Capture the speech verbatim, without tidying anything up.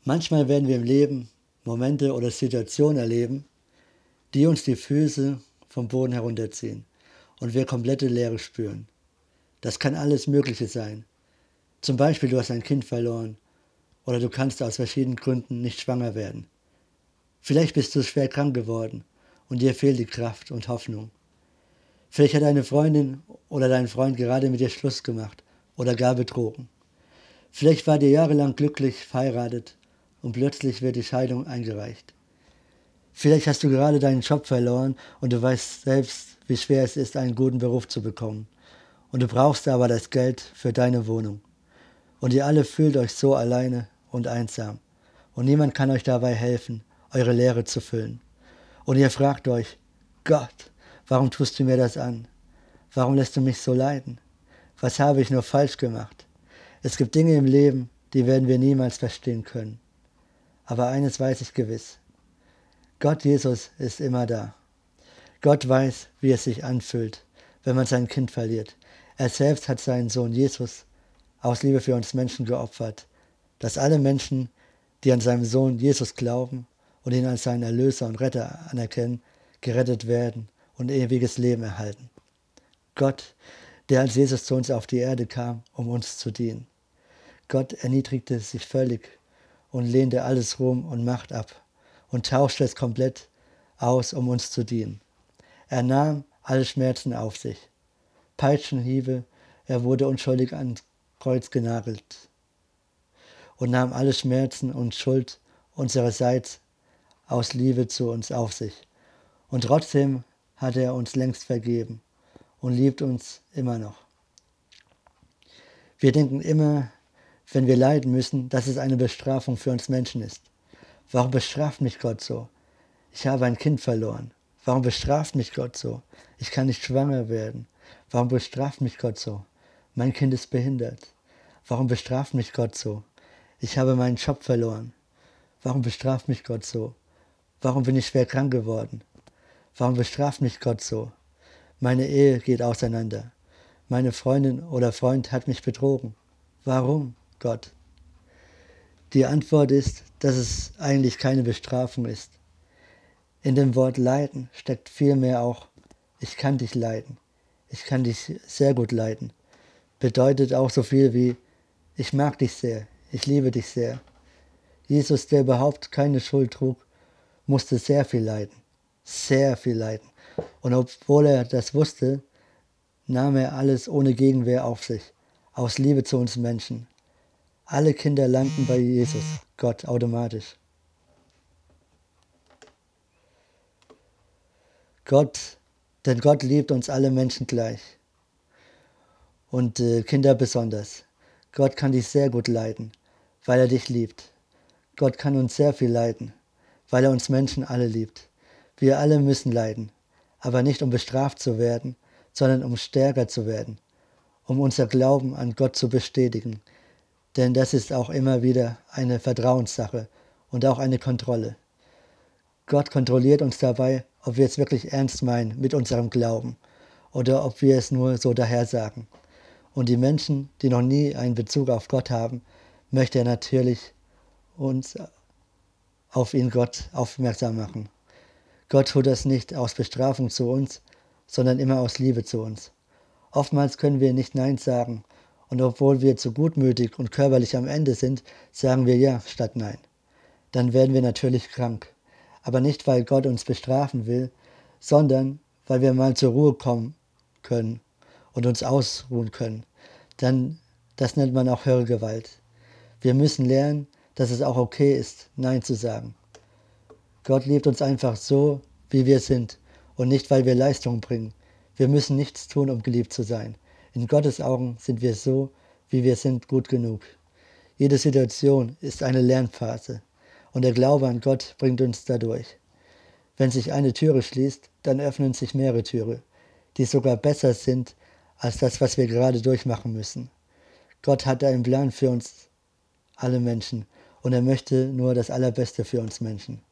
Manchmal werden wir im Leben Momente oder Situationen erleben, die uns die Füße vom Boden herunterziehen und wir komplette Leere spüren. Das kann alles Mögliche sein. Zum Beispiel, du hast ein Kind verloren oder du kannst aus verschiedenen Gründen nicht schwanger werden. Vielleicht bist du schwer krank geworden und dir fehlt die Kraft und Hoffnung. Vielleicht hat deine Freundin oder dein Freund gerade mit dir Schluss gemacht oder gar betrogen. Vielleicht war dir jahrelang glücklich verheiratet und plötzlich wird die Scheidung eingereicht. Vielleicht hast du gerade deinen Job verloren und du weißt selbst, wie schwer es ist, einen guten Beruf zu bekommen. Und du brauchst aber das Geld für deine Wohnung. Und ihr alle fühlt euch so alleine und einsam. Und niemand kann euch dabei helfen, eure Leere zu füllen. Und ihr fragt euch, Gott, warum tust du mir das an? Warum lässt du mich so leiden? Was habe ich nur falsch gemacht? Es gibt Dinge im Leben, die werden wir niemals verstehen können. Aber eines weiß ich gewiss. Gott Jesus ist immer da. Gott weiß, wie es sich anfühlt, wenn man sein Kind verliert. Er selbst hat seinen Sohn Jesus aus Liebe für uns Menschen geopfert, dass alle Menschen, die an seinen Sohn Jesus glauben und ihn als seinen Erlöser und Retter anerkennen, gerettet werden und ewiges Leben erhalten. Gott, der als Jesus zu uns auf die Erde kam, um uns zu dienen. Gott erniedrigte sich völlig und lehnte alles Ruhm und Macht ab und tauschte es komplett aus, um uns zu dienen. Er nahm alle Schmerzen auf sich. Peitschenhiebe, er wurde unschuldig ans Kreuz genagelt und nahm alle Schmerzen und Schuld unsererseits aus Liebe zu uns auf sich. Und trotzdem hat er uns längst vergeben und liebt uns immer noch. Wir denken immer, wenn wir leiden müssen, dass es eine Bestrafung für uns Menschen ist. Warum bestraft mich Gott so? Ich habe ein Kind verloren. Warum bestraft mich Gott so? Ich kann nicht schwanger werden. Warum bestraft mich Gott so? Mein Kind ist behindert. Warum bestraft mich Gott so? Ich habe meinen Job verloren. Warum bestraft mich Gott so? Warum bin ich schwer krank geworden? Warum bestraft mich Gott so? Meine Ehe geht auseinander. Meine Freundin oder Freund hat mich betrogen. Warum, Gott? Die Antwort ist, dass es eigentlich keine Bestrafung ist. In dem Wort leiden steckt vielmehr auch, ich kann dich leiden. Ich kann dich sehr gut leiden. Bedeutet auch so viel wie, ich mag dich sehr, ich liebe dich sehr. Jesus, der überhaupt keine Schuld trug, musste sehr viel leiden. Sehr viel leiden. Und obwohl er das wusste, nahm er alles ohne Gegenwehr auf sich, aus Liebe zu uns Menschen. Alle Kinder landen bei Jesus, Gott, automatisch. Gott, denn Gott liebt uns alle Menschen gleich. Und äh, Kinder besonders. Gott kann dich sehr gut leiden, weil er dich liebt. Gott kann uns sehr viel leiden, weil er uns Menschen alle liebt. Wir alle müssen leiden, aber nicht um bestraft zu werden, sondern um stärker zu werden, um unser Glauben an Gott zu bestätigen. Denn das ist auch immer wieder eine Vertrauenssache und auch eine Kontrolle. Gott kontrolliert uns dabei, ob wir es wirklich ernst meinen mit unserem Glauben oder ob wir es nur so dahersagen. Und die Menschen, die noch nie einen Bezug auf Gott haben, möchte er natürlich uns auf ihn Gott aufmerksam machen. Gott tut das nicht aus Bestrafung zu uns, sondern immer aus Liebe zu uns. Oftmals können wir nicht Nein sagen und obwohl wir zu gutmütig und körperlich am Ende sind, sagen wir Ja statt Nein. Dann werden wir natürlich krank. Aber nicht, weil Gott uns bestrafen will, sondern weil wir mal zur Ruhe kommen können und uns ausruhen können. Dann, das nennt man auch Hörgewalt. Wir müssen lernen, dass es auch okay ist, Nein zu sagen. Gott liebt uns einfach so, wie wir sind und nicht, weil wir Leistung bringen. Wir müssen nichts tun, um geliebt zu sein. In Gottes Augen sind wir so, wie wir sind, gut genug. Jede Situation ist eine Lernphase und der Glaube an Gott bringt uns dadurch. Wenn sich eine Türe schließt, dann öffnen sich mehrere Türen, die sogar besser sind als das, was wir gerade durchmachen müssen. Gott hat einen Plan für uns alle Menschen und er möchte nur das Allerbeste für uns Menschen.